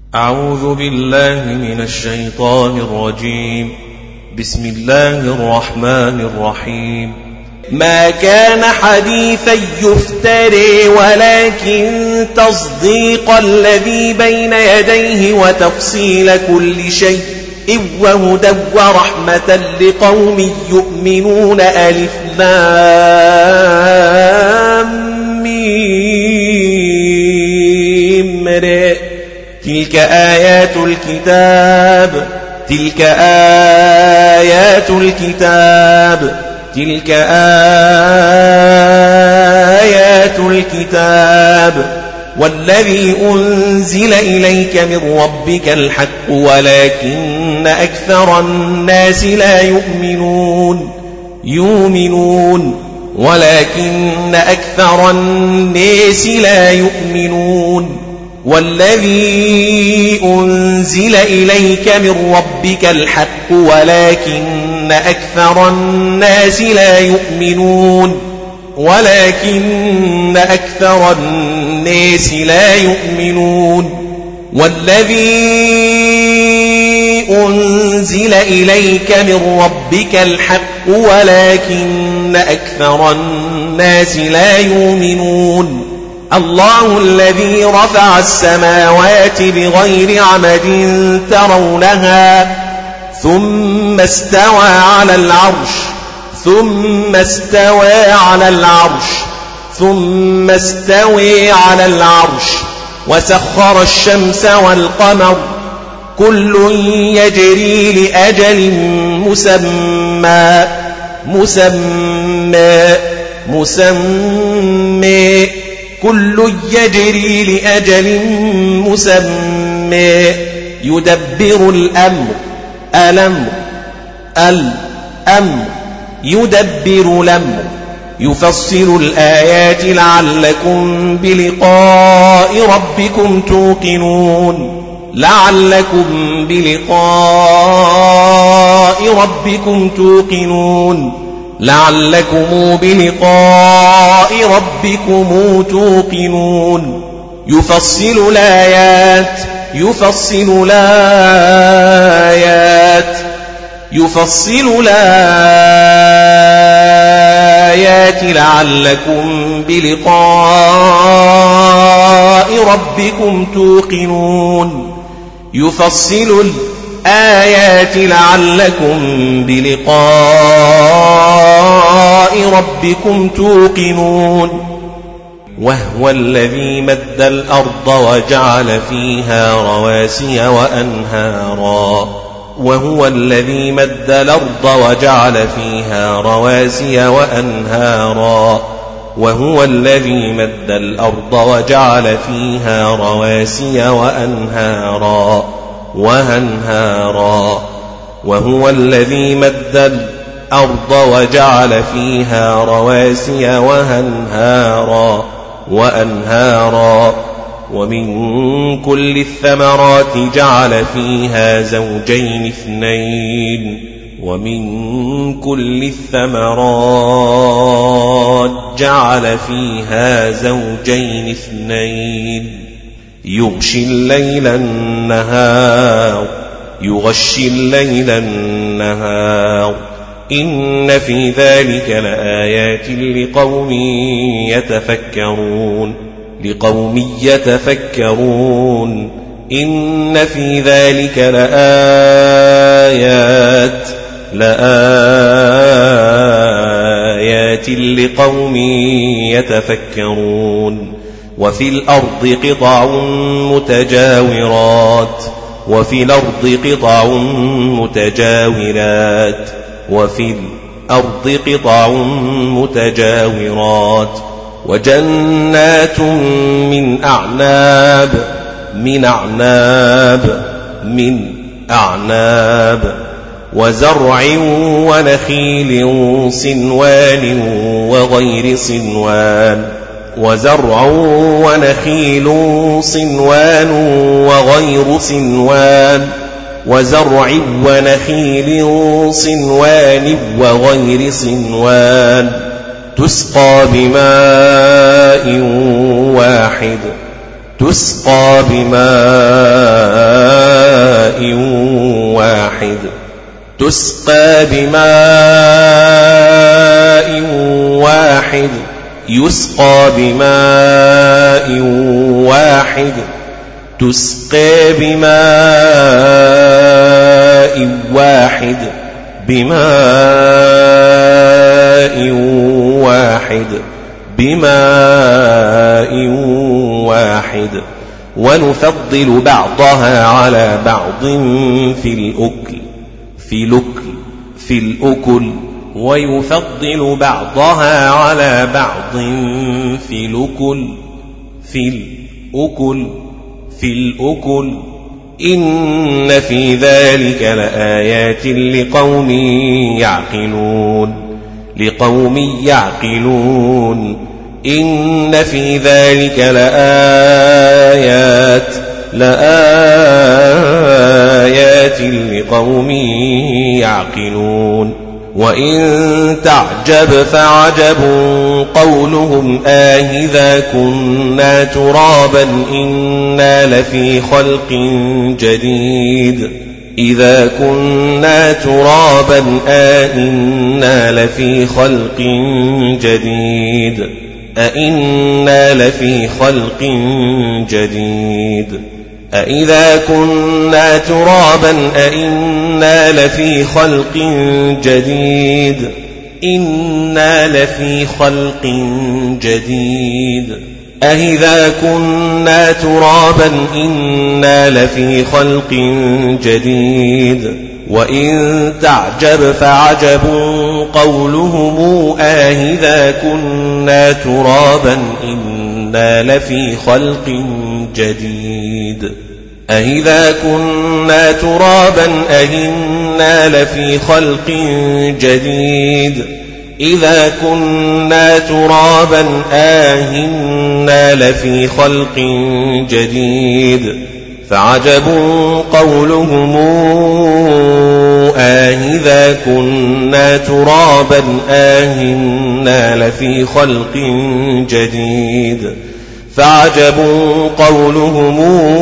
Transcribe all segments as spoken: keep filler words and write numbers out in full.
أعوذ بالله من الشيطان الرجيم. بسم الله الرحمن الرحيم. ما كان حديثا يفتري ولكن تصديق الذي بين يديه وتفصيل كل شيء وهدى ورحمة لقوم يؤمنون. ألف لام ميم ر. تلك آيات الكتاب تلك آيات الكتاب تلك آيات الكتاب والذي أنزل إليك من ربك الحق ولكن أكثر الناس لا يؤمنون يؤمنون ولكن أكثر الناس لا يؤمنون. والذي أنزل إليك من ربك الحق ولكن أكثر الناس لا يؤمنون ولكن أكثر الناس لا يؤمنون. والذي أنزل إليك من ربك الحق ولكن أكثر الناس لا يؤمنون. الله الذي رفع السماوات بغير عمد ترونها ثم استوى على العرش ثم استوى على العرش ثم استوى على العرش وسخر الشمس والقمر كل يجري لأجل مسمى مسمى مسمى كل يجري لأجل مسمى. يدبر الأمر الأمر الأمر يدبر الأمر يفصل الآيات لعلكم بلقاء ربكم توقنون لعلكم بلقاء ربكم توقنون لعلكم بلقاء ربكم توقنون. يفصل الآيات يفصل الآيات يفصل الآيات لعلكم بلقاء ربكم توقنون يفصل الآيات لعلكم بلقاء ربكم توقنون. وهو الذي مد الأرض وجعل فيها رواسي وأنهارا وهو الذي مد الأرض وجعل فيها رواسي وأنهارا وهو الذي مد الأرض وجعل فيها رواسي وأنهارا وأنهارا وهو الذي مد الأرض وجعل فيها رواسي وأنهارا وأنهارا ومن كل الثمرات جعل فيها زوجين اثنين ومن كل الثمرات جعل فيها زوجين اثنين يغشي الليل النهار يغشي الليل النهار إن في ذلك لآيات لقوم يتفكرون لقوم يتفكرون إن في ذلك لآيات لآيات لقوم يتفكرون. وفي الأرض قطع متجاورات وفي الأرض قطع متجاورات وفي الأرض قطع متجاورات وجنات من أعناب من أعناب من أعناب وزرع ونخيل صنوان وغير صنوان وزرع ونخيل صنوان وغير صنوان وزرع ونخيل صنوان وغير صنوان تسقى بماء واحد تسقى بماء واحد تسقى بماء واحد يسقى بماء واحد تسقى بماء واحد بماء واحد بماء واحد ونفضل بعضها على بعض في الأكل في الأكل في الأكل ويفضل بعضها على بعض في الأكل في الأكل في الأكل إن في ذلك لآيات لقوم يعقلون لقوم يعقلون إن في ذلك لآيات لآيات لقوم يعقلون وإن تعجب فعجب قولهم آهذا كنا ترابا إنا لفي خلق جديد إذا كنا ترابا أئنا لفي خلق جديد أئنا لفي خلق جديد أإذا كنا ترابا أئنا لفي خلق جديد إنا لفي خلق جديد أإذا كنا ترابا إنا لفي خلق جديد وإن تعجب فعجب قولهم آهذا كنا ترابا إنا لفي خلق جديد أإذا كنا ترابا أئنا لفي خلق جديد إذا كنا ترابا آهنا لفي خلق جديد فعجب قولهم آهذا كنا ترابا آهنا لفي خلق جديد فعجب قولهم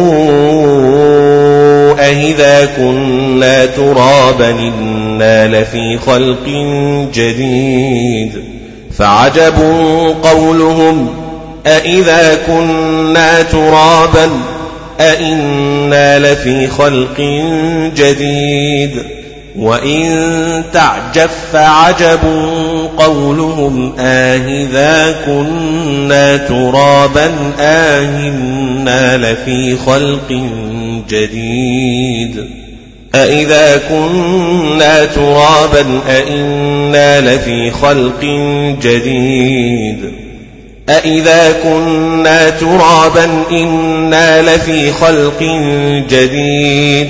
أإذا كنا ترابا إنا لفي خلق جديد فعجب قولهم أإذا كنا ترابا أئنا لفي خلق جديد وإن تعجب فعجب قولهم آهذا كنا ترابا آهنا لفي خلق جديد أإذا كنا ترابا أئنا لفي خلق جديد أإذا كنا ترابا إنا لفي خلق جديد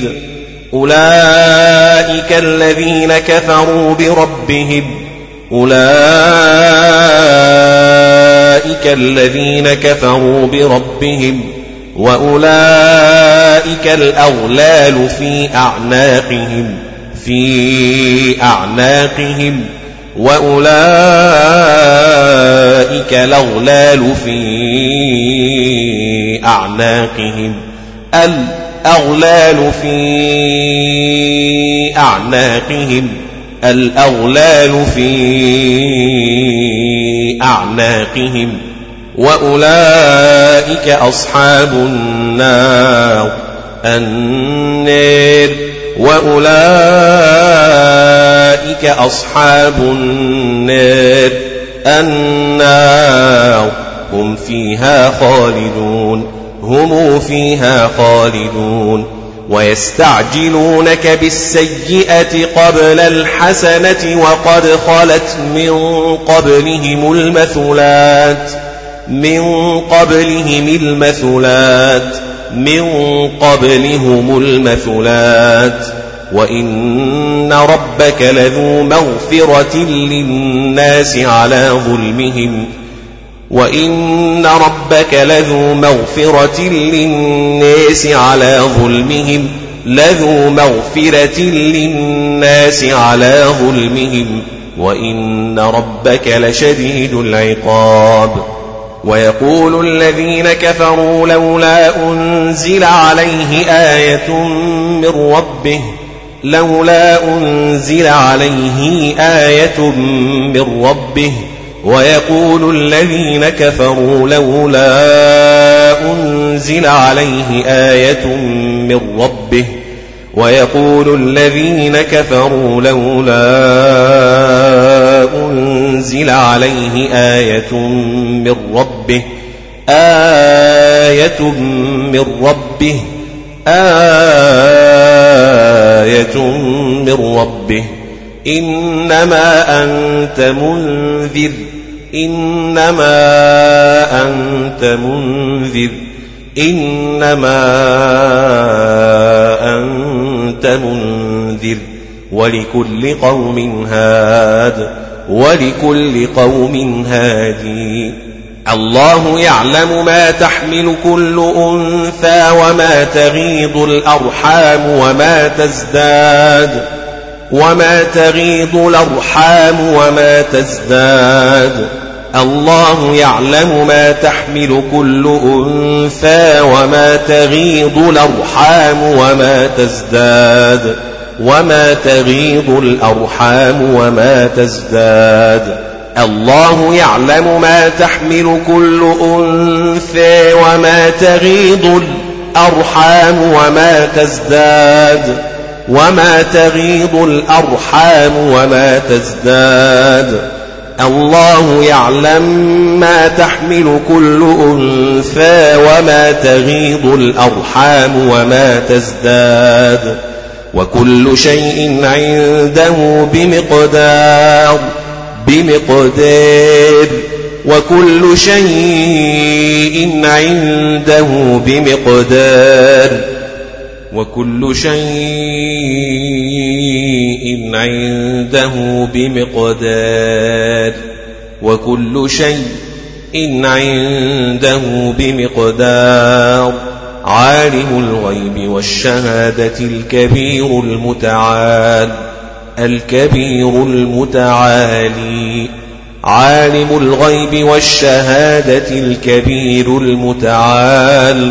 أولئك الذين كفروا بربهم أولئك الذين كفروا بربهم وأولئك الأغلال في أعناقهم في أعناقهم وأولئك الأغلال في أعناقهم الأغلال في أعناقهم الأغلال في أعناقهم وأولئك أصحاب النار النار وأولئك أصحاب النار النار هم فيها خالدون هم فيها خالدون ويستعجلونك بالسيئة قبل الحسنة وقد خلت من قبلهم المثلات من قبلهم المثلات من قبلهم المثلات وإن ربك لذو مغفرة للناس على ظلمهم وإن ربك لذو مغفرة للناس على ظلمهم لذو مغفرة للناس على ظلمهم وإن ربك لشديد العقاب ويقول الذين كفروا لولا أنزل عليه آية من ربه لولا أنزل عليه آية من ربه ويقول الذين كفروا لولا أنزل عليه آية من ربه ويقول الذين كفروا لولا أنزل عليه آية من ربه آية من ربه آية من ربه إنما أنت منذر إنما أنت منذر إنما أنت منذر ولكل قوم هاد ولكل قوم هادي الله يعلم ما تحمل كل أنثى وما تغيض الأرحام وما تزداد وما تغيض الأرحام وما تزداد الله يعلم ما تحمل كل أنثى وما تغيض الأرحام وما تزداد وما تغيض الأرحام وما تزداد الله يعلم ما تحمل كل أنثى وما تغيض الأرحام وما تزداد وما تغيض الأرحام وما تزداد الله يعلم ما تحمل كل أنثى وما تغيض الأرحام وما تزداد وكل شيء عنده بمقدار بمقدار وكل شيء عنده بمقدار وكل شيء عنده بمقدار وكل شيء عنده بمقدار عالم الغيب والشهادة الكبير المتعال الكبير المتعالي عالم الغيب والشهادة الكبير المتعال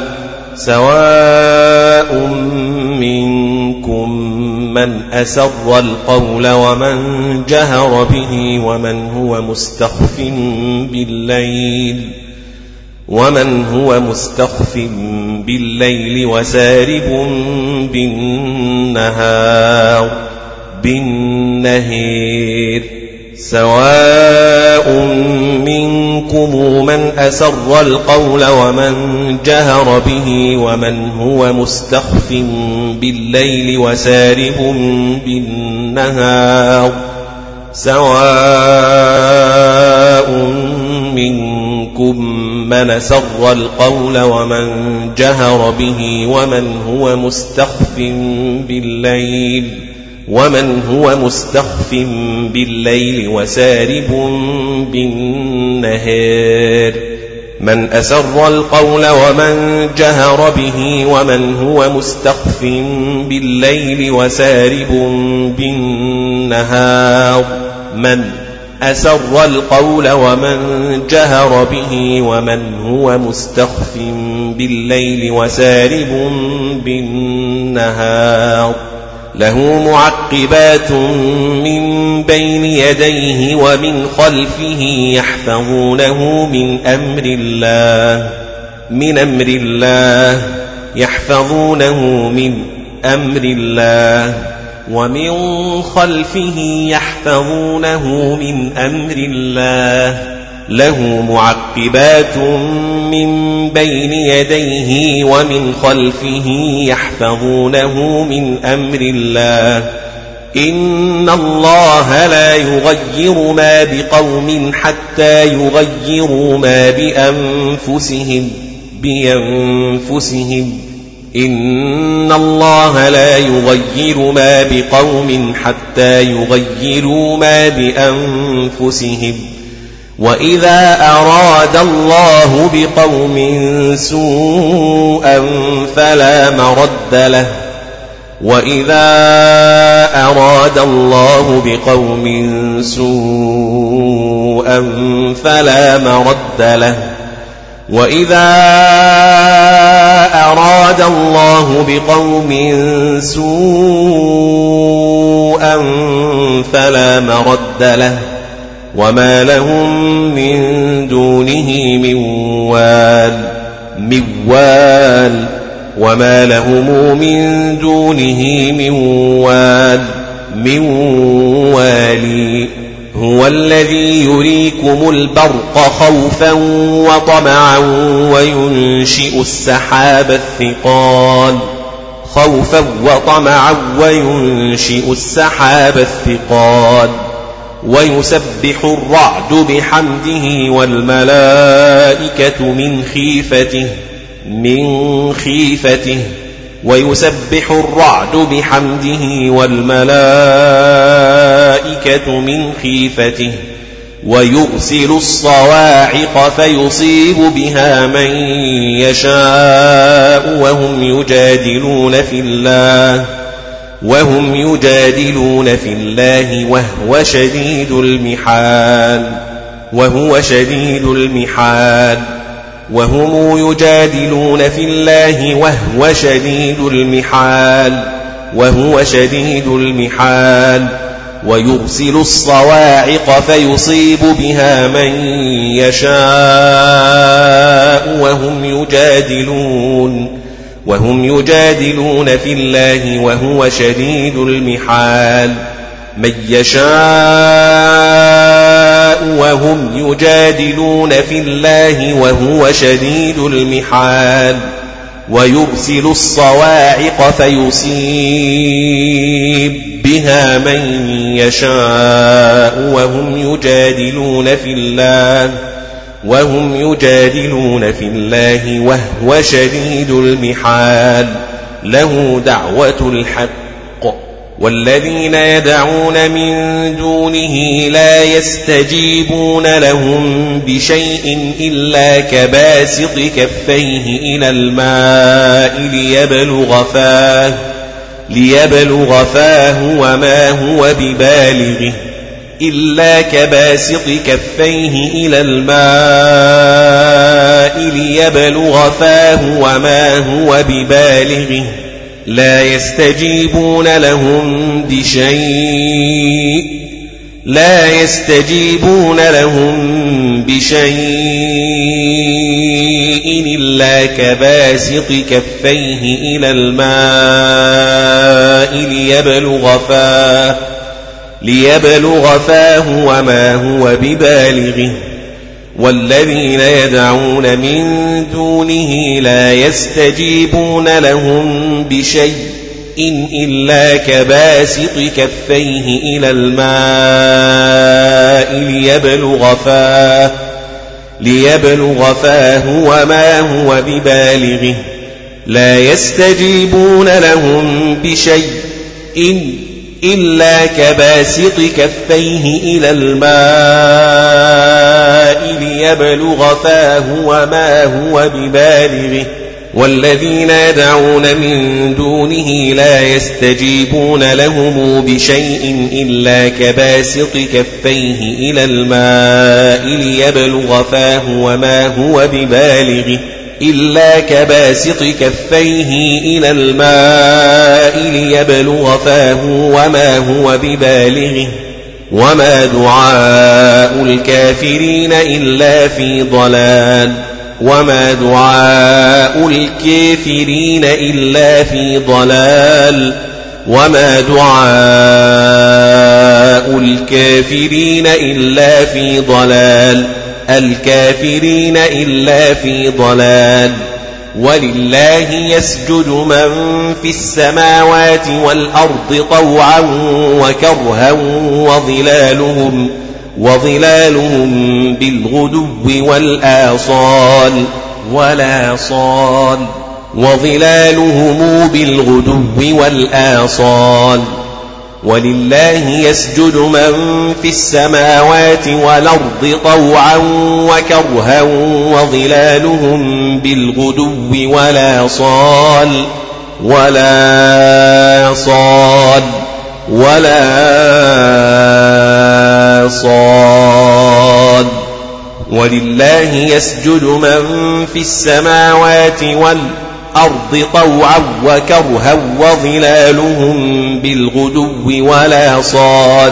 سواء منكم من أسر القول ومن جهر به ومن هو مستخف بالليل ومن هو مستخف بالليل وسارب بالنهار بالنهير سواء منكم من أسر القول ومن جهر به ومن هو مستخف بالليل وسارب بالنهار سواء منكم من أسر القول ومن جهر به ومن هو مستخف بالليل ومن هو مستخف بالليل وسارب بالنهار من أسر القول ومن جهر به ومن هو مستخف بالليل وسارب بالنهار من أسر القول ومن جهر به ومن هو مستخف بالليل وسارب بالنهار له معقبات من بين يديه ومن خلفه يحفظونه من أمر الله من أمر الله يحفظونه من أمر الله ومن خلفه يحفظونه من أمر الله له معقبات من بين يديه ومن خلفه يحفظونه من أمر الله إن الله لا يغير ما بقوم حتى يغيروا ما بأنفسهم بأنفسهم إن الله لا يغير ما بقوم حتى يغيروا ما بأنفسهم وإذا أراد الله بقوم سوءا فلا مرد له وإذا أراد الله بقوم سوءا فلا مرد له وإذا أراد الله بقوم سوءا فلا مرد له وما لهم من دونه من وال موال وما لهم من دونه من وال من والي هو الذي يريكم البرق خوفا وطمعا وينشئ السحاب الثقال خوفا وطمعا وينشئ السحاب الثقال ويسبح الرعد بحمده والملائكة من خيفته من خيفته ويسبح الرعد بحمده والملائكة من خيفته ويرسل الصواعق فيصيب بها من يشاء وهم يجادلون في الله وهم يجادلون في الله وهو شديد المحال وهو شديد المحال وهم يجادلون في الله وهو شديد المحال وهو شديد المحال ويرسل الصواعق فيصيب بها من يشاء وهم يجادلون وهم يجادلون في الله وهو شديد المحال من يشاء وهم يجادلون في الله وهو شديد المحال ويرسل الصواعق فيصيب بها من يشاء وهم يجادلون في الله وهم يجادلون في الله وهو شديد المحال له دعوة الحق والذين يدعون من دونه لا يستجيبون لهم بشيء إلا كباسط كفيه إلى الماء ليبلغ فاه ليبلغ فاه وما هو ببالغه إلا كباسط كفيه إلى الماء ليبلغ فاه وما هو ببالغه لا يستجيبون لهم بشيء لا يستجيبون لهم بشيء إلا كباسط كفيه إلى الماء ليبلغ فاه ليبلغ فاه وما هو ببالغه والذين يدعون من دونه لا يستجيبون لهم بشيء إن إلا كباسط كفيه إلى الماء ليبلغ فاه ليبلغ فاه وما هو ببالغه لا يستجيبون لهم بشيء إن إلا كباسط كفيه إلى الماء ليبلغ فاه وما هو ببالغه والذين يدعون من دونه لا يستجيبون لهم بشيء إلا كباسط كفيه إلى الماء ليبلغ فاه وما هو ببالغه إلا كباسط كفيه إلى الماء ليبلغ فاه وما هو ببالغه وما دعاء الكافرين إلا في ضلال وما دعاء الكافرين إلا في ضلال وما دعاء الكافرين إلا في ضلال الكافرين إلا في ضلال ولله يسجد من في السماوات والأرض طوعا وكرها وظلالهم وظلالهم بالغدو والآصال والآصال وظلالهم بالغدو والآصال ولله يسجد من في السماوات والأرض طوعا وكرها وظلالهم بالغدو والآصال والآصال والآصال ولله يسجد من في السماوات والأرض طوعا وكرها وظلالهم بالغدو والآصال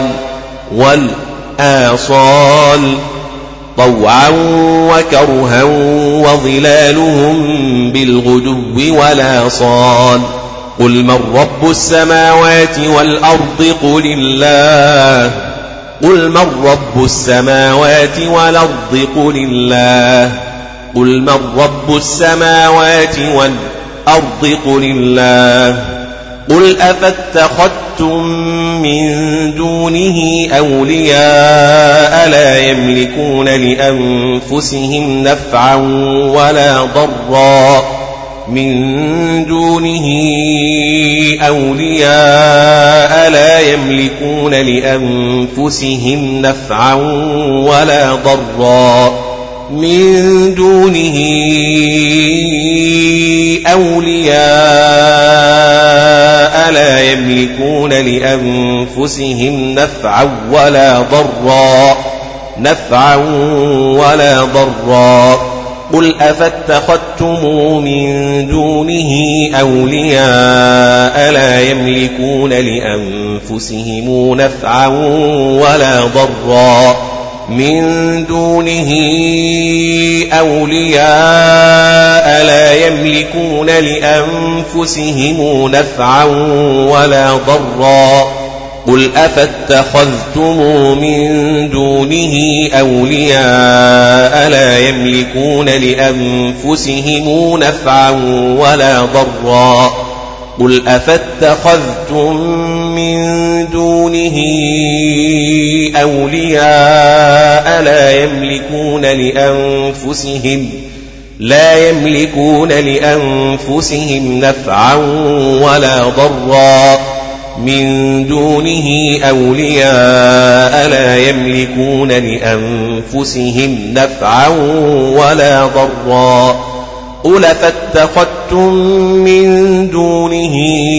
والآصال طوعا وكرها وظلالهم بالغدو والآصال قل من رب السماوات والأرض قل الله قل من رب السماوات والأرض قل الله قل من رب السماوات والأرض قل الله قل أفاتخذتم من دونه أولياء لا يملكون لأنفسهم نفعا ولا ضرا من دونه أولياء لا يملكون لأنفسهم نفعا ولا ضرا من دونه أولياء لا يملكون لأنفسهم نفعا ولا ضرا نفعا ولا ضرا قل أفاتخذتم من دونه أولياء لا يملكون لأنفسهم نفعا ولا ضرا من دونه أولياء لا يملكون لأنفسهم نفعا ولا ضرا قل أفاتخذتم من دونه أولياء لا يملكون لأنفسهم نفعا ولا ضرا قل أفاتخذتم من دونه أولياء لا يملكون لأنفسهم لا يملكون لأنفسهم نفعا ولا ضرا من دونه أولياء لا يملكون لأنفسهم نفعا ولا ضرا قل فاتخذتم من دونه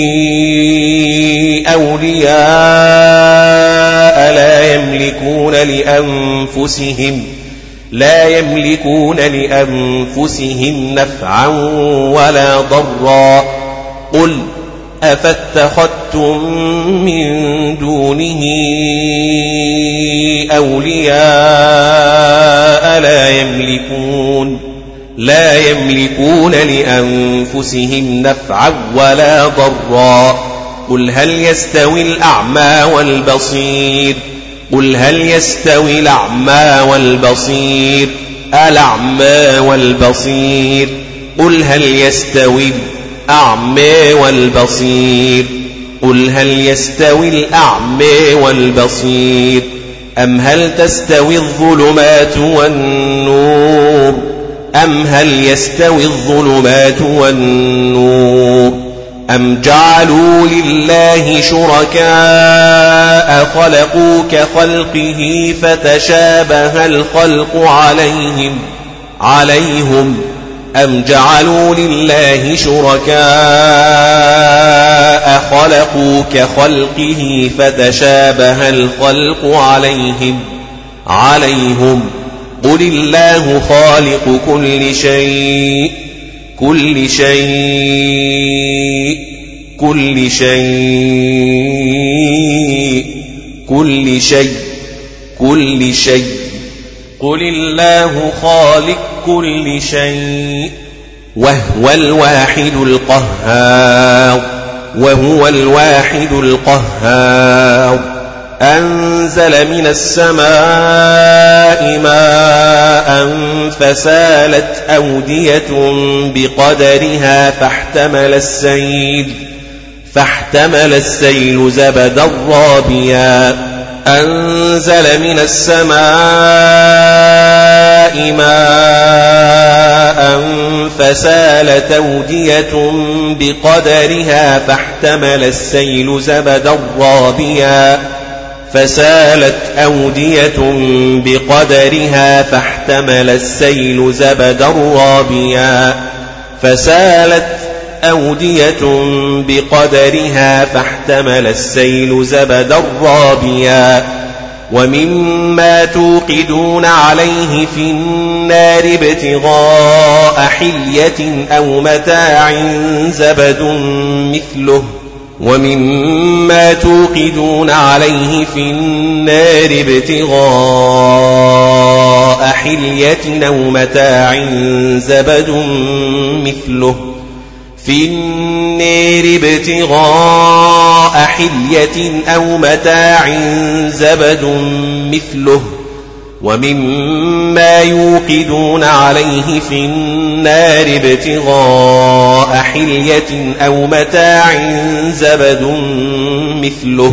أولياء لا يملكون لأنفسهم لا يملكون لأنفسهم نفعا ولا ضرا قل أفاتخذتم من دونه أولياء لا يملكون لا يملكون لأنفسهم نفعا ولا ضرا قل هل يستوي الأعمى والبصير قل هل يستوي الأعمى والبصير الأعمى والبصير قل هل يستوي الأعمى والبصير قل هل يستوي الأعمى والبصير أم هل تستوي الظلمات والنور أم هل يستوي الظلمات والنور أم جعلوا لله شركاء خلقوا كخلقه فتشابه الخلق عليهم عليهم أم جعلوا لله شركاء خلقوا كخلقه فتشابه الخلق عليهم عليهم قل الله خالق كل شيء كل شيء كل شيء كل شيء كل شيء قل الله خالق كل شيء وهو الواحد القهار وهو الواحد القهار أنزل من السماء ماء فسالت أودية بقدرها فاحتمل السيل فاحتمل السيل زبدا رابيا أنزل من السماء ماء فسالت أودية بقدرها فاحتمل السيل زبدا رابيا فسالت أودية بقدرها فاحتمل السيل زبدا رابيا فسالت أودية بقدرها فاحتمل السيل زبدا رابيا ومما توقدون عليه في النار ابتغاء حلية أو متاع زبد مثله ومما توقدون عليه في النار ابتغاء حلية أو متاع زبد مثله في النار ابتغاء حلية أو متاع زبد مثله ومما يوقدون عليه في النار ابتغاء حلية أو متاع زبد مثله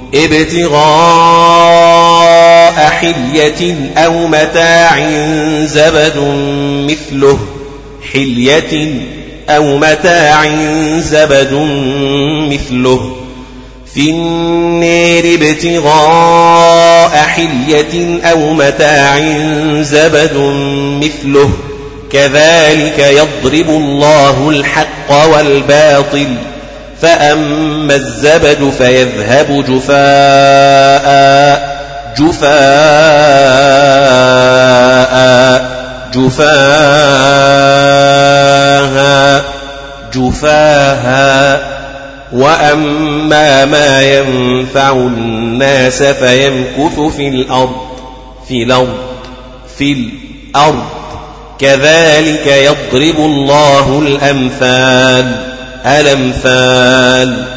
ابتغاء حلية أو متاع زبد مثله حلية أو متاع زبد مثله في النار ابتغاء حلية أو متاع زبد مثله كذلك يضرب الله الحق والباطل فأما الزبد فيذهب جفاء جفاء جفاها جفاها وأما ما ينفع الناس فيمكث في الأرض في الأرض في الأرض كذلك يضرب الله الأمثال الأمثال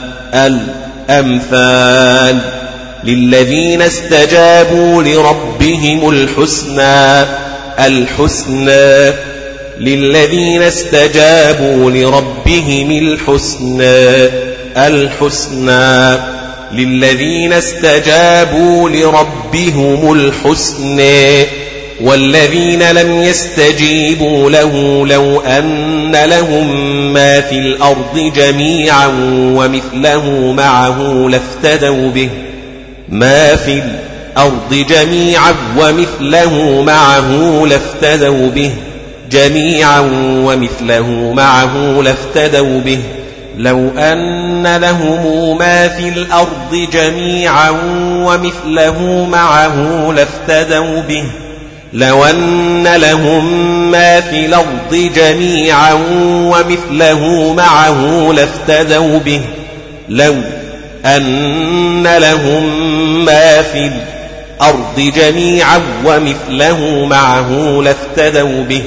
الأمثال للذين استجابوا لربهم الحسنى الحسنى للذين استجابوا لربهم الحسنى الحسنى للذين استجابوا لربهم الحسنى والذين لم يستجيبوا له لو أن لهم ما في الأرض جميعا ومثله معه لافتدوا به ما في الأرض جميعا ومثله معه لافتدوا به جميعا ومثله معه لافتدوا به لو أن لهم ما في الأرض جميعا ومثله معه لافتدوا به لو أن لهم ما في الأرض جميعا ومثله معه لافتدوا به لو أن لهم ما في الأرض جميعا ومثله معه لافتدوا به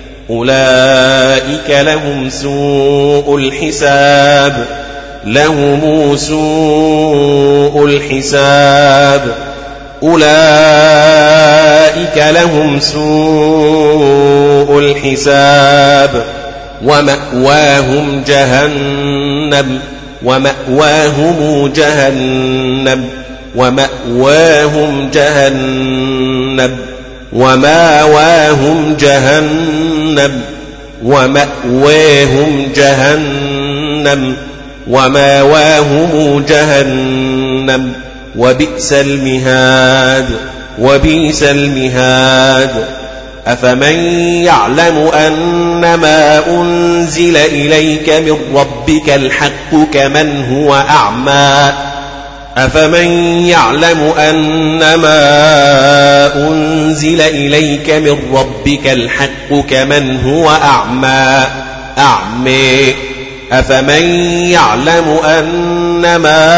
أولئك لهم سوء الحساب لهم سوء الحساب أولئك لهم سوء الحساب ومأواهم جهنم ومأواهم جهنم ومأواهم جهنم ومأواهم جهنم ومأواهم جهنم ومأواهم جهنم وبئس المهاد وبئس المهاد أفمن يعلم أن ما أنزل إليك من ربك الحق كمن هو أعمى أفمن يعلم أن ما أنزل إليك من ربك الحق كمن هو أعمى أعمى أفمن يعلم أن ما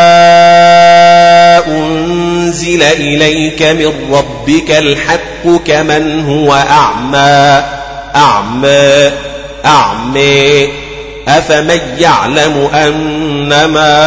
أنزل إليك من ربك الحق كمن هو أعمى أعمى أعمى أفمن يعلم أن ما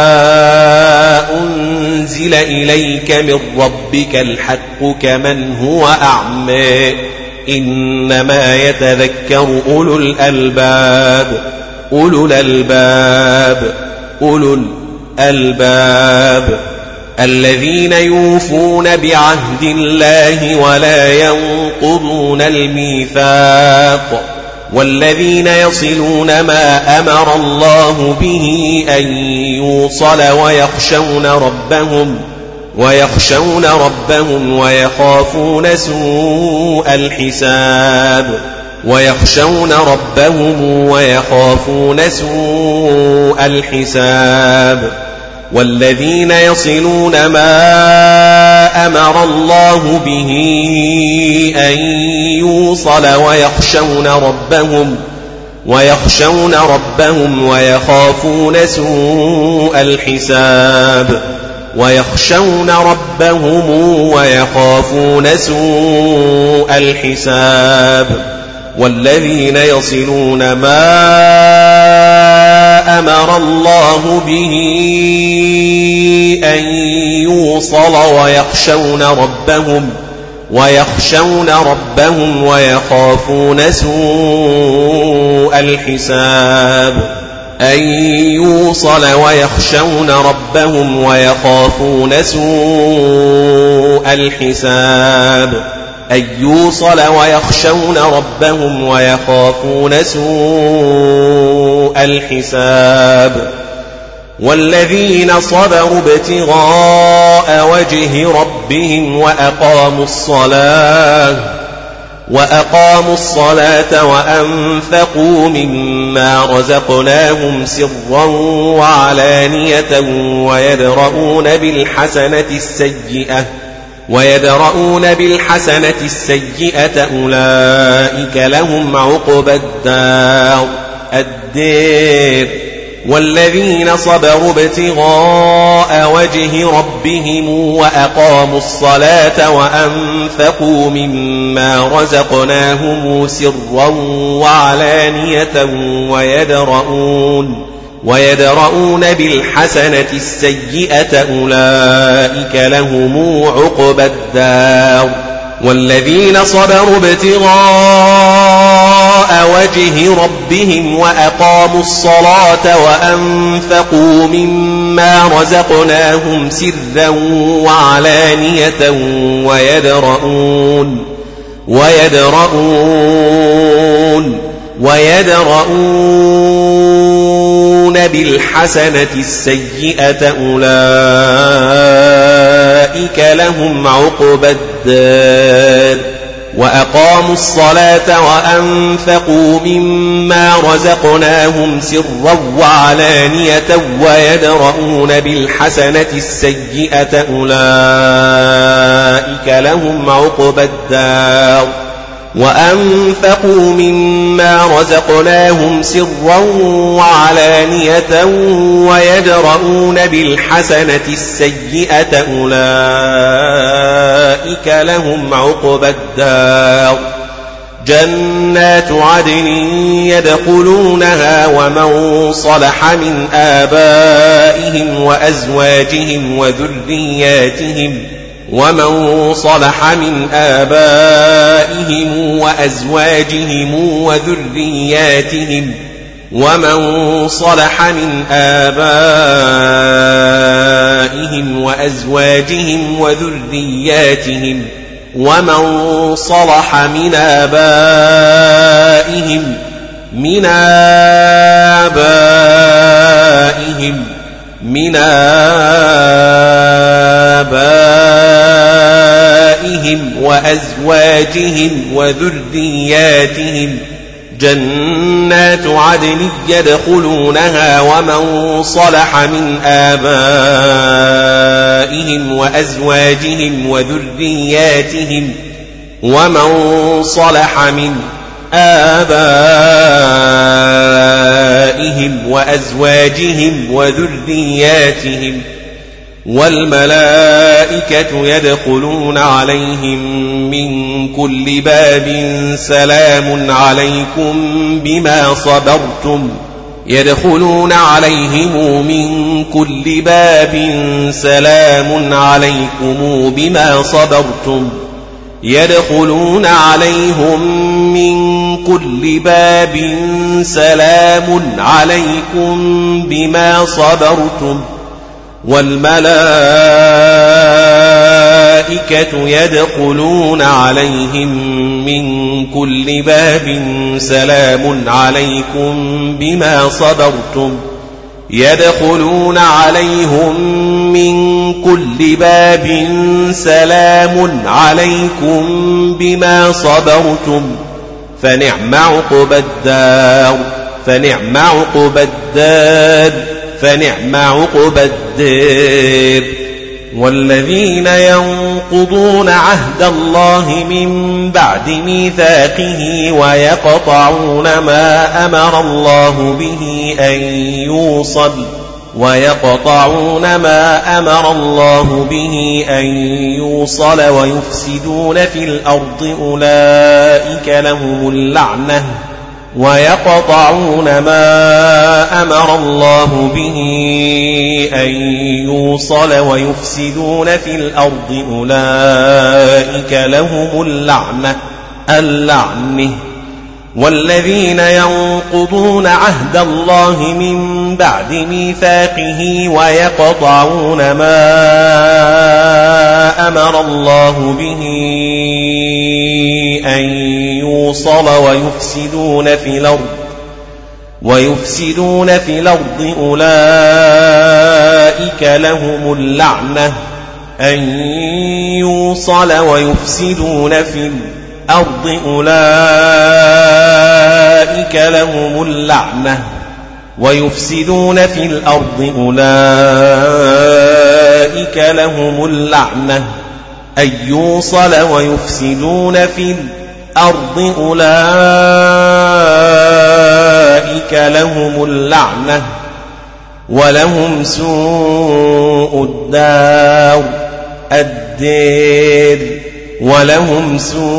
أنزل إليك من ربك الحق كمن هو أعمى إنما يتذكر أولو الألباب أولو الألباب أولو الألباب الذين يوفون بعهد الله ولا ينقضون الميثاق والذين يصلون ما أمر الله به أن يوصل ويخشون ربهم ويخشون ربهم ويخافون سوء الحساب ويخشون ربهم ويخافون سوء الحساب والذين يصلون ما أمر الله به أن يوصل ويخشون ربهم ويخشون ربهم ويخافون سوء الحساب ويخشون ربهم ويخافون سوء الحساب والذين يصلون ما أمر الله به أن يوصل ويخشون ربهم ويخشون ربهم ويخافون سوء الحساب أن يوصل ويخشون ربهم ويخافون سوء الحساب أن يوصل ويخشون ربهم ويخافون سوء الحساب والذين صبروا ابتغاء وجه ربهم وأقاموا الصلاة وأقاموا الصلاة وأنفقوا مما رزقناهم سرا وعلانية ويدرؤون بالحسنة السيئة ويدرؤون بالحسنة السيئة أولئك لهم عقبى الدار الدير والذين صبروا ابتغاء وجه ربهم وأقاموا الصلاة وأنفقوا مما رزقناهم سرا وعلانية ويدرؤون ويدرؤون بالحسنة السيئة أولئك لهم عقبى الدار والذين صبروا ابتغاء وجه ربهم وأقاموا الصلاة وأنفقوا مما رزقناهم سرا وعلانية ويدرؤون ويدرؤون ويدرؤون بالحسنة السيئة أولئك لهم عقبى الدار وأقاموا الصلاة وأنفقوا مما رزقناهم سرا وعلانية ويدرؤون بالحسنة السيئة أولئك لهم عقبى الدار وأنفقوا مما رزقناهم سرا وعلانية ويدرؤون بالحسنة السيئة أولئك لهم عقبى الدار جنات عدن يدخلونها ومن صلح من آبائهم وأزواجهم وذرياتهم ومن صلح من آبائهم وأزواجهم وذرياتهم ومن صلح من آبائهم وأزواجهم وذرياتهم ومن صلح من آبائهم من آبائهم من آبائهم وأزواجهم وذرياتهم جنات عدن يدخلونها ومن صلح من آبائهم وأزواجهم وذرياتهم ومن صلح من آبائهم وأزواجهم وذرياتهم والملائكة يدخلون عليهم من كل باب سلام عليكم بما صبرتم يدخلون عليهم من كل باب سلام عليكم بما صبرتم يدخلون عليهم من كل باب سلام عليكم بما صبرتم والملائكة يدخلون عليهم من كل باب سلام عليكم بما صبرتم يدخلون عليهم من كل باب سلام عليكم بما صبرتم فنعم عقبى الدار فنعم عقبى الدار فنعم عقبى الدار. والذين ينقضون عهد الله من بعد ميثاقه ويقطعون ما أمر الله به أن يوصل ويقطعون ما أمر الله به أن يوصل ويفسدون في الأرض أولئك لهم اللعنة ويقطعون ما أمر الله به أن يوصل ويفسدون في الأرض أولئك لهم اللعنة اللعنة. والذين ينقضون عهد الله من بعد ميثاقه ويقطعون ما أمر الله به أن يوصل ويفسدون في الأرض ويفسدون في الأرض أولئك لهم اللعنة أن يوصل ويفسدون في الأرض أولئك لهم اللعنة ويفسدون في الأرض أولئك لهم اللعنة أن يوصل ويفسدون في الأرض أولئك لهم اللعنة ولهم سوء الدار الدار ولهم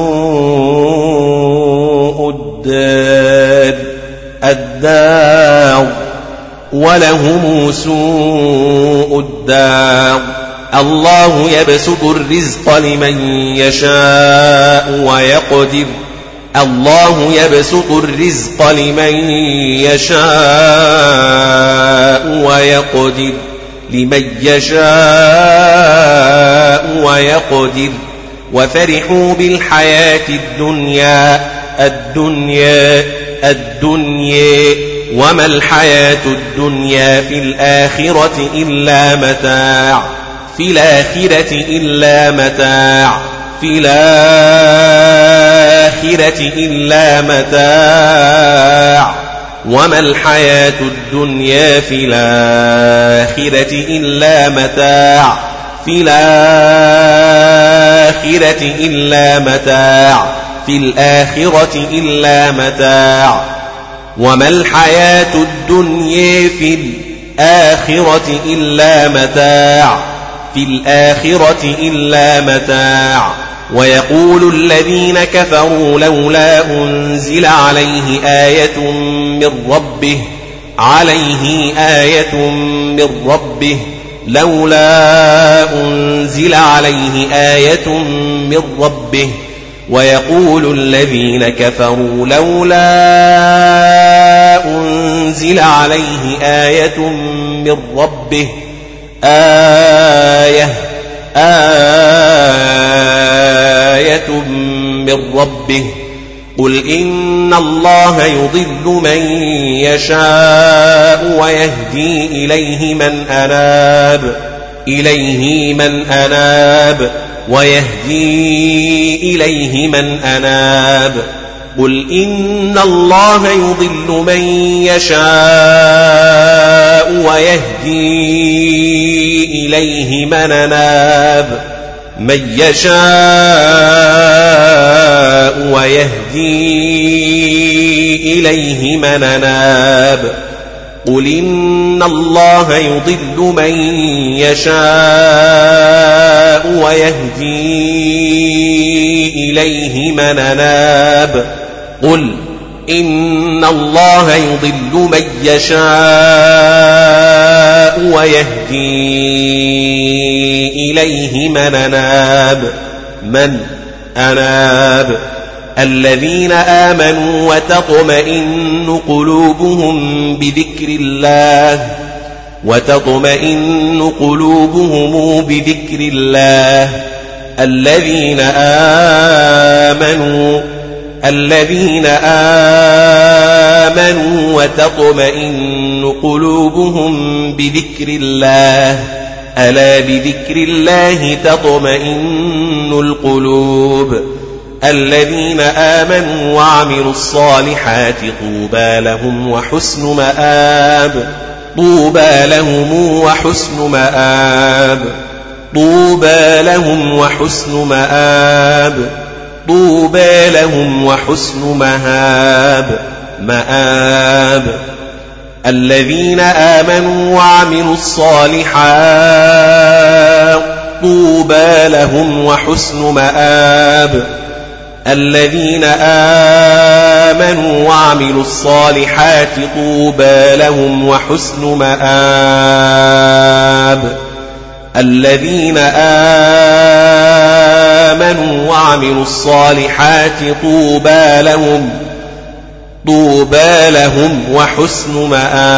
سوء الدار الدار ولهم سوء الدار. الله يبسط الرزق لمن يشاء ويقدر الله يبسط الرزق لمن يشاء ويقدر لمن يشاء ويقدر. وفرحوا بالحياة الدنيا الدنيا الدنيا وما الحياة الدنيا في الآخرة إلا متاع في الآخرة إلا متاع في الآخرة إلا متاع وما الحياة الدنيا في الآخرة إلا متاع في الآخرة إلا متاع في الآخرة إلا متاع وما الحياة الدنيا في الآخرة إلا متاع في الآخرة إلا متاع. ويقول الذين كفروا لولا أنزل عليه آية من ربه عليه آية من ربه لولا أنزل عليه آية من ربه. ويقول الذين كفروا لولا أنزل عليه آية من ربه آية آية من ربه. قل إن الله يضل من يشاء ويهدي إليه من أناب إليه من أناب ويهدي إليه من أناب. قل إن الله يضل من يشاء ويهدي إليه من أناب من يشاء ويهدي إليه من أناب. قل إن الله يضل من يشاء ويهدي إليه من أناب. قل إن الله يضل من يشاء ويهدي إليه من أناب من أناب الذين آمنوا وتطمئن قلوبهم بذكر الله وتطمئن قلوبهم بذكر الله الذين آمنوا الذين آمنوا وتطمئن قلوبهم بذكر الله ألا بذكر الله تطمئن القلوب الذين آمنوا وعملوا الصالحات طوبى لهم وحسن مآب طوبى لهم وحسن مآب طوبى لهم وحسن مآب طوبى لهم وحسن مهاب مآب الذين آمنوا وعملوا الصالحات طوبى لهم وحسن مآب الذين آمنوا وعملوا الصالحات طوبى لهم وحسن مآب الذين آمنوا وعملوا الصالحات طوبى لهم طوبى لهم وحسن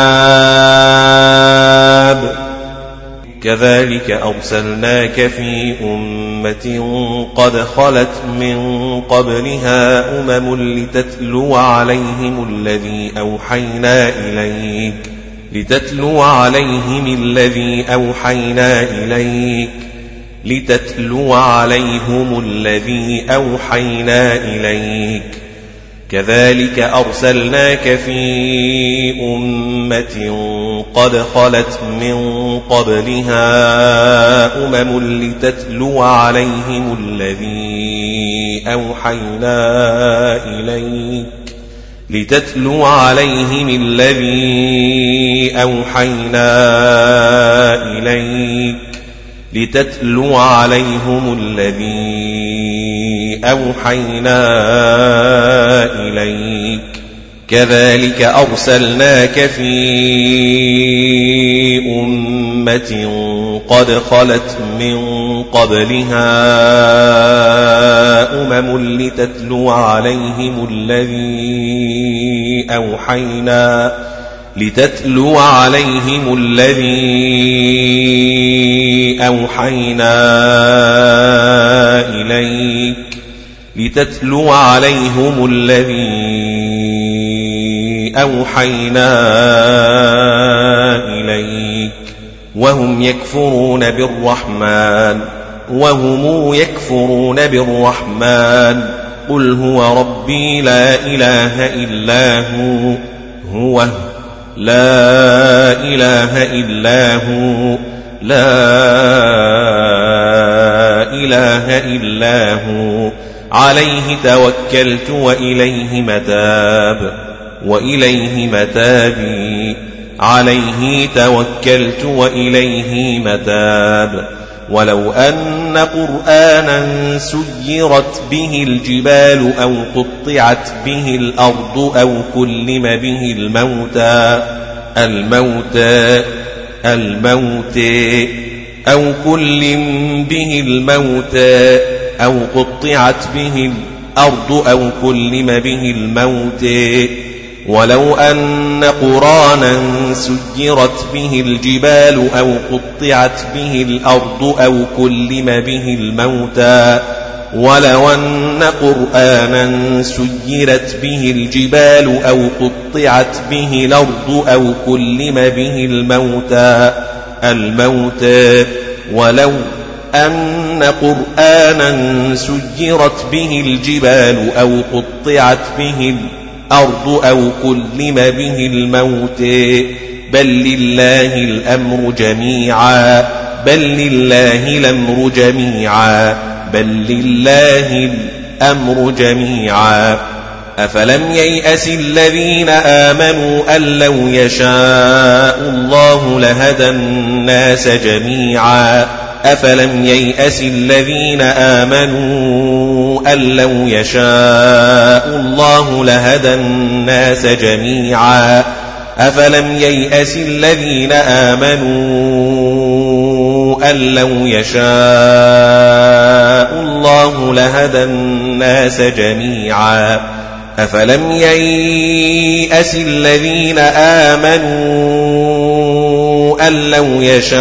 مآب كذلك أرسلناك في أمة قد خلت من قبلها أمم لتتلو عليهم الذي أوحينا إليك لتتلو عليهم الذي أوحينا إليك لتتلو عليهم الذي أوحينا إليك كذلك أرسلناك في أمة قد خلت من قبلها أمم لتتلو عليهم الذي أوحينا إليك لتتلو عليهم الذي أوحينا إليك لتتلو عليهم الذي أوحينا إليك كذلك أرسلناك في أمة قد خلت من قبلها أمم لتتلو عليهم الذي أوحينا لتتلو عليهم الذي أوحينا إليك لتتلو عليهم الذي أوحينا إليك وهم يكفرون بالرحمن وهم يكفرون بالرحمن قل هو ربي لا إله إلا هو هو لا إله إلا هو لا إله إلا هو عليه توكلت وإليه متاب وإليه متابي عليه توكلت وإليه متاب ولو أن قرآنا سيرت به الجبال أو قطعت به الأرض أو كلم به الموتى الموتى الموتى أو كلم به الموتى أو قطعت به الأرض أو كلم به الموتى ولو أن قرآنا سيرت به الجبال أو قطعت به الأرض أو كلم به الموتى ولو أن قرآنا سيرت به الجبال أو قطعت به الأرض أو كلم به الموتى الموتى ولو أن قرآنا سيرت به الجبال أو قطعت به الأرض أو كلم به الموت بل لله الأمر جميعا بل لله الأمر جميعا بل لله الأمر جميعا أفلم ييأس الذين آمنوا أن لو يشاء الله لهدى الناس جميعا أفلم ييأس الذين آمنوا أن لو يشاء الله لهدى الناس جميعا أفلم ييأس الذين آمنوا أن لو يشاء الله لهدى الناس جميعا أفلم ييأس الذين آمنوا أن لو يشاء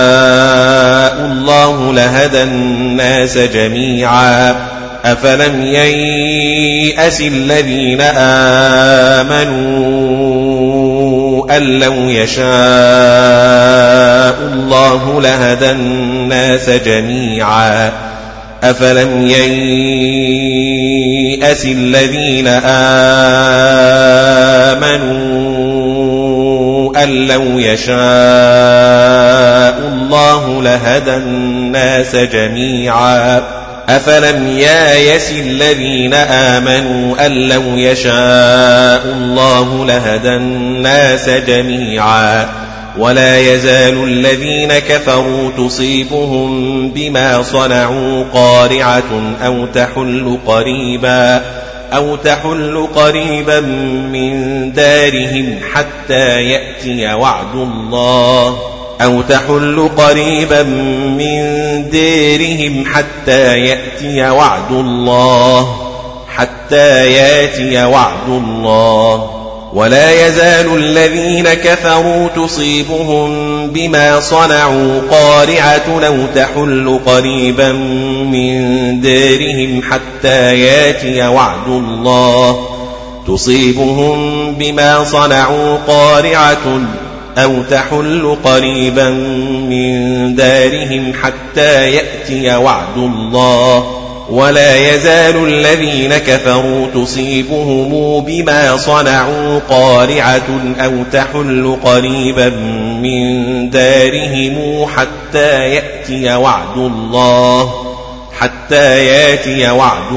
الله لهدى الناس جميعا أفلم ييأس الذين آمنوا أن لو يشاء الله لهدى الناس جميعا أفلم ييأس الذين آمنوا أن أن لو يشاء الله لهدى الناس جميعا أفلم يايس الذين آمنوا أن لو يشاء الله لهدى الناس جميعا ولا يزال الذين كفروا تصيبهم بما صنعوا قارعة أو تحل قريبا أو تحل قريبا من دارهم حتى يأتي وعد الله أو تحل قريبا من دارهم حتى يأتي وعد الله حتى يأتي وعد الله ولا يزال الذين كفروا تصيبهم بما صنعوا قارعة أو تحل قريبا من دارهم حتى يأتي وعد الله تصيبهم بما صنعوا قارعة أو تحل قريبا من دارهم حتى يأتي وعد الله ولا يزال الذين كفروا تصيبهم بما صنعوا قارعة أو تحل قريبا من دارهم حتى يأتي وعد الله حتى يأتي وعد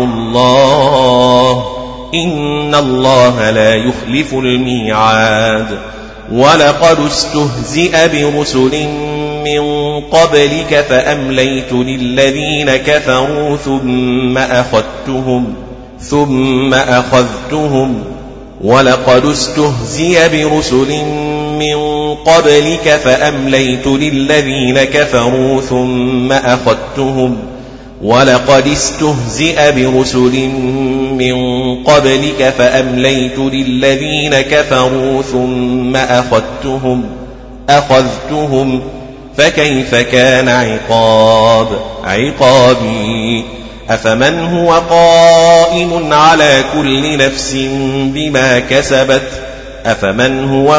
الله إن الله لا يخلف الميعاد ولقد استهزئ برسل من قبلك فأمليت للذين كفروا ثم أخذتهم ثم أخذتهم ولقد استهزئ برسل من قبلك فأمليت للذين كفروا ثم أخذتهم ولقد استهزئ برسل من قبلك فأمليت للذين كفروا ثم أخذتهم أخذتهم فكيف كان عقاب عقابي أفمن هو قائم على كل نفس بما كسبت أفمن هو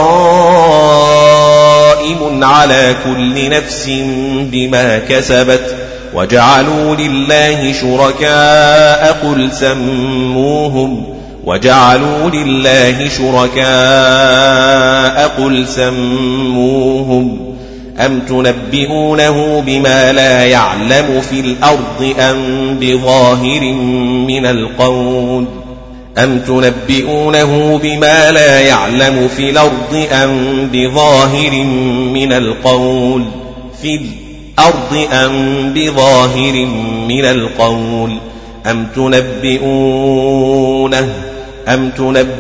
قائم على كل نفس بما كسبت وجعلوا لله شركاء قل سموهم وجعلوا لله شركاء قل سموهم أم تنبئونه بما لا يعلم في الأرض أم بظاهر من القول أم تنبئونه بما لا يعلم في الأرض أم بظاهر من القول في الأرض أم بظاهر من القول أم تنبئونه أم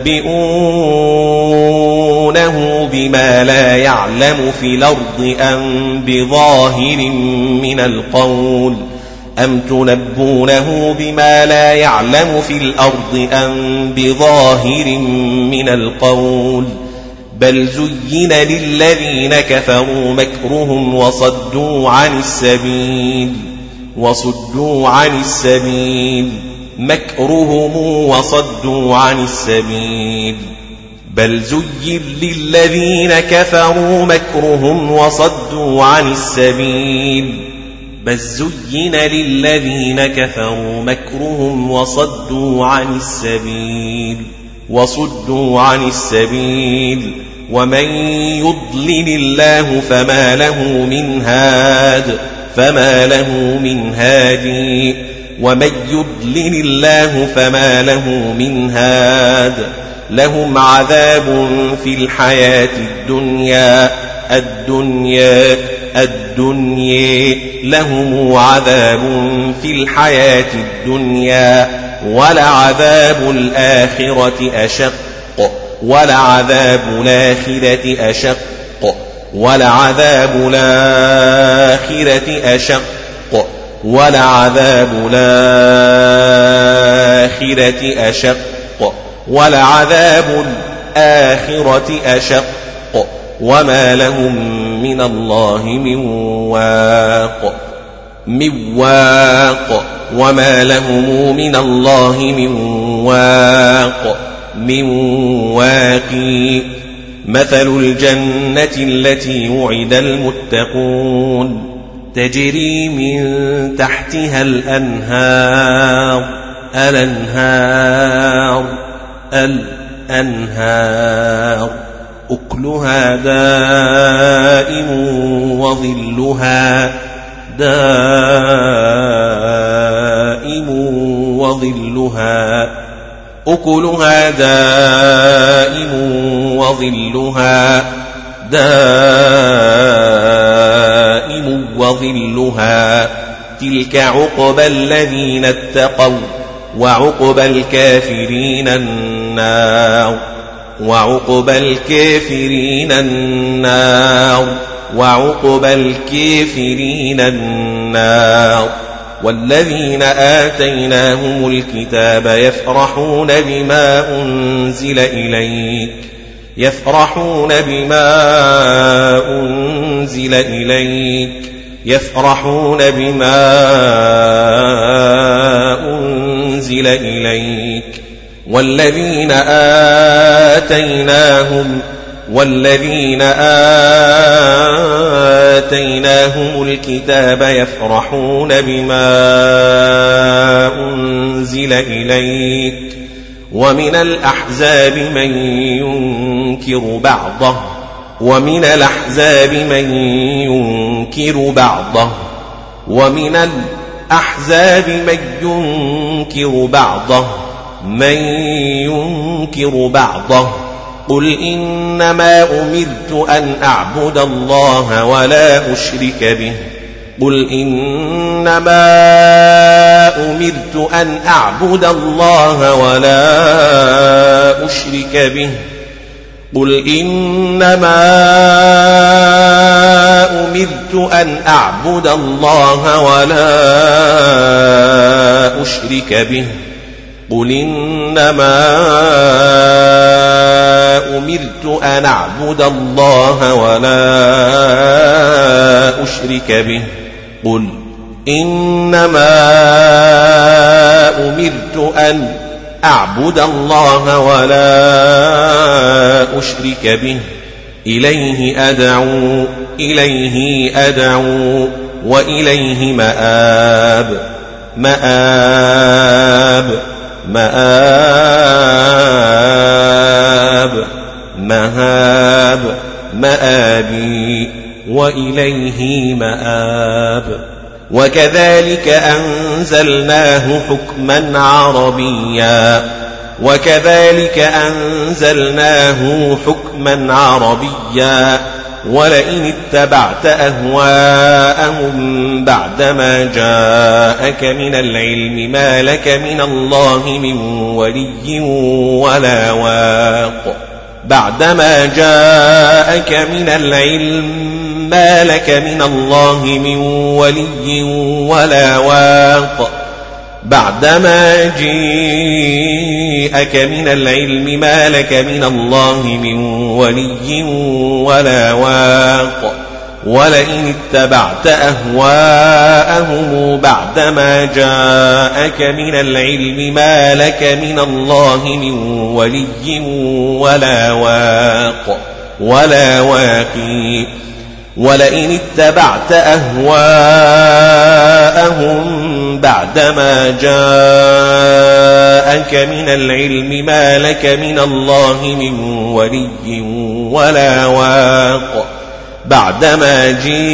تنبئونه بما لا يعلم في الأرض أم بظاهر من القول أم تنبونه بما لا يعلم في الأرض أم بظاهر من القول بل زين للذين كفروا مكرهم وصدوا عن السبيل وصدوا عن السبيل مكرهم وصدوا عن السبيل بل زين للذين كفروا مكرهم وصدوا عن السبيل بل زين للذين كفروا مكرهم وصدوا عن السبيل وصدوا عن السبيل ومن يضلل الله فما له من هاد فما له من هادي ومن يضلل الله فما له من هاد لهم عذاب في الحياة الدنيا الدنيا الدنيا لهم عذاب في الحياة الدنيا ولعذاب الآخرة أشق ولعذاب الآخرة أشق ولعذاب الآخرة أشق ولعذاب الآخرة أشق ولعذاب الآخرة أشق وما لهم من الله من واق من واق وما لهم من الله من واق من واقي مثل الجنة التي وعد المتقون تجري من تحتها الأنهار الأنهار الأنهار أكلها دائم وظلها دائم وظلها أكلها دائم وظلها دائم وظلها تلك عقبى الذين اتقوا وعقبى الكافرين النار وعقبى الكافرين النار وعقبى الكافرين النار والذين آتيناهم الكتاب يفرحون بما أنزل إليك يفرحون بما أنزل إليك يفرحون بما أنزل إليك والذين آتيناهم والذين آتيناهم الكتاب يفرحون بما أنزل إليك ومن الأحزاب من ينكر بعضه ومن الأحزاب من ينكر بعضه ومن الأحزاب من ينكر بعضه من ينكر بعضه قل إنما أمرت أن أعبد الله ولا أشرك به قل إنما أمرت أن أعبد الله ولا أشرك به قل إنما أمرت أن أعبد الله ولا أشرك به قل إنما أمرت أن أعبد الله ولا أشرك به قل إنما أمرت أن أعبد الله ولا أشرك به إليه أدعو إليه أدعو وإليه مآب مآب مآب مهاب مآبي وإليه مآب وكذلك أنزلناه حكما عربيا وكذلك أنزلناه حكما عربيا ولئن اتبعت أهواءهم بعدما جاءك من العلم ما لك من الله من ولي ولا واق بعدما جاءك من العلم ما لك من الله من ولي ولا واق بعدما جاءك من العلم ما لك من الله من ولي ولا واق ولئن اتبعت أهواءهم بعدما جاءك من العلم ما لك من الله من ولي ولا واق ولا واقي ولئن اتبعت أهواءهم بعدما جاءك من العلم ما لك من الله من ولي ولا واق بعدما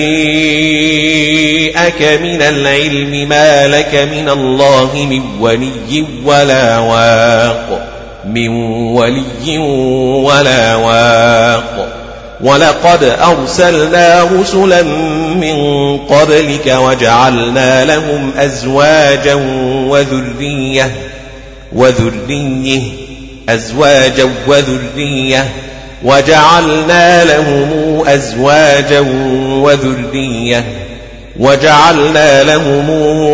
جاءك من العلم ما لك من الله من ولي ولا واق من ولي ولا واق ولقد أرسلنا رسلا من قبلك وجعلنا لهم أزواجا وذرية وذرية أزواجا وذرية وجعلنا لهم أزواجا وذرية وجعلنا لهم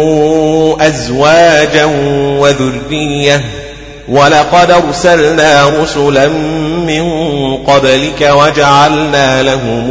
أزواجا وذرية ولقد أرسلنا رسلا من قبلك وجعلنا لهم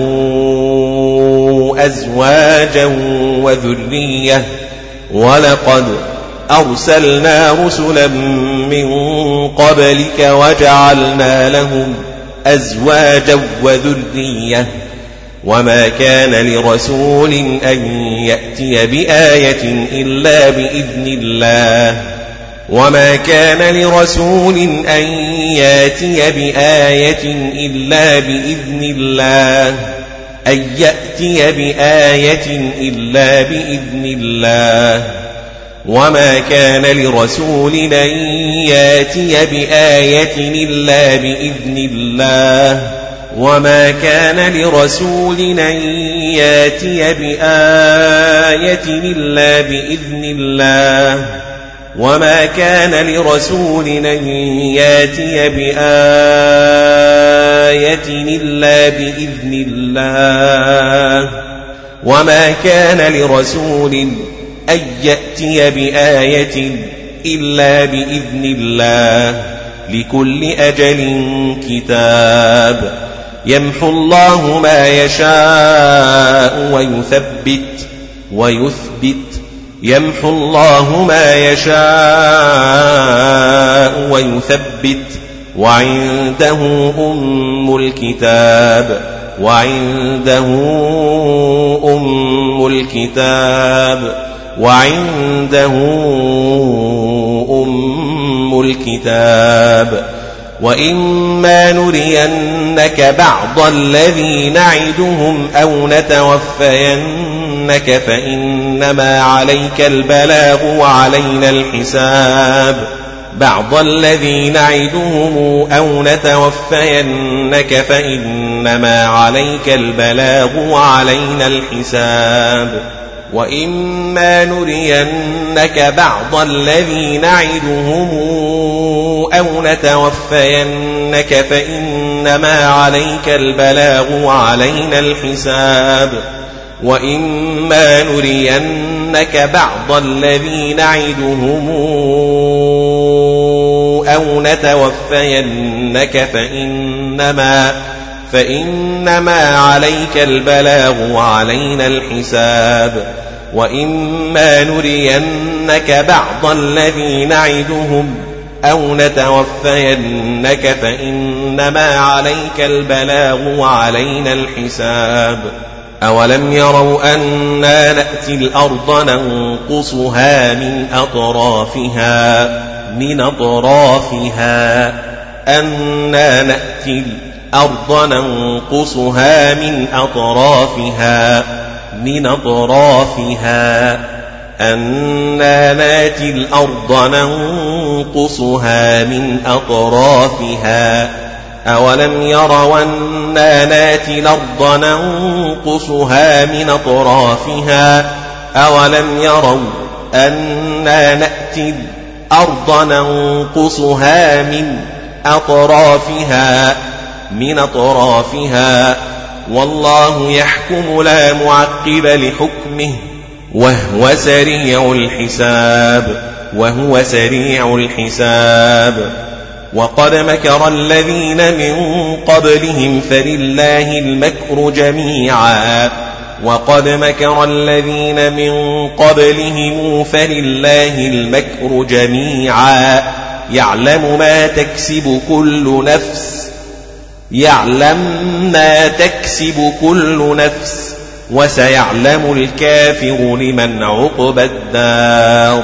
أزواجا وذرية ولقد أرسلنا رسلا من قبلك وجعلنا لهم أزواجا وذرية وما كان لرسول أن يأتي بآية إلا بإذن الله وما كان لرسول أن ياتي بآية إلا بإذن الله أن يأتي بآية إلا بإذن الله وما كان لرسول أن ياتي بآية إلا بإذن الله وما كان لرسول أن ياتي بآية إلا بإذن الله وما كان لرسول أن ياتي بآية إلا بإذن الله وما كان لرسول أن يأتي بآية إلا بإذن الله لكل أجل كتاب يمحو الله ما يشاء ويثبت ويثبت يمحو الله ما يشاء ويثبت وعنده أم الكتاب وعنده أم الكتاب وعنده أم الكتاب وإما نرينك بعض الذي نعدهم أو نتوفينك فإنما عليك البلاغ وعلينا الحساب بعض الذي نعدهم أو نتوفينك فإنما عليك البلاغ وعلينا الحساب وإما نرينك بعض الذي نعدهم أو نتوفينك فإنما عليك البلاغ وعلينا الحساب وإما نرينك بعض الذي نعدهم أو نتوفينك فإنما فإنما عليك البلاغ وعلينا الحساب وإما نرينك بعض الذي نعدهم أو نتوفينك فإنما عليك البلاغ وعلينا الحساب أولم يروا أنا نأتي الأرض ننقصها من أطرافها من أطرافها أنا نأتي الأرض ننقصها من أطرافها من أطرافها أنا نأتي الأرض ننقصها من أطرافها أولم يروا أنا نأتي الأرض ننقصها من أطرافها أولم يروا أنا نأتي الأرض ننقصها من أطرافها من أطرافها والله يحكم لا معقب لحكمه وهو سريع الحساب وهو سريع الحساب وقد مكر الذين من قبلهم فلله المكر جميعا وقد مكر الذين من قبلهم فلله المكر جميعا يعلم ما تكسب كل نفس يعلم ما تكسب كل نفس وسيعلم الكافر لمن عقبى الدار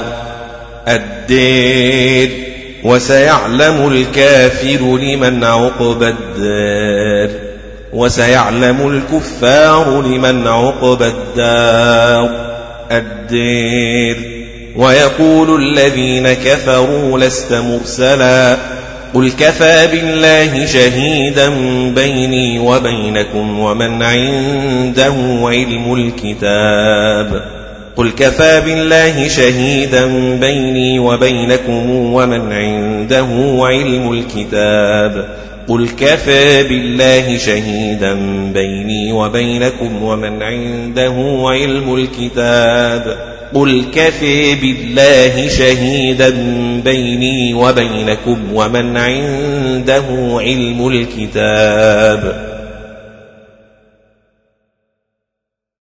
الدير وسيعلم الكافر لمن عقبى الدار وسيعلم الكفار لمن عقبى الدار الدير ويقول الذين كفروا لست مرسلا قل كفى بالله شهيدا بيني وبينكم ومن عنده علم الكتاب قل كفى بالله شهيدا بيني وبينكم ومن عنده علم الكتاب قل كفى بالله شهيدا بيني وبينكم ومن عنده علم الكتاب قل كفى بالله شهيدا بيني وبينكم ومن عنده علم الكتاب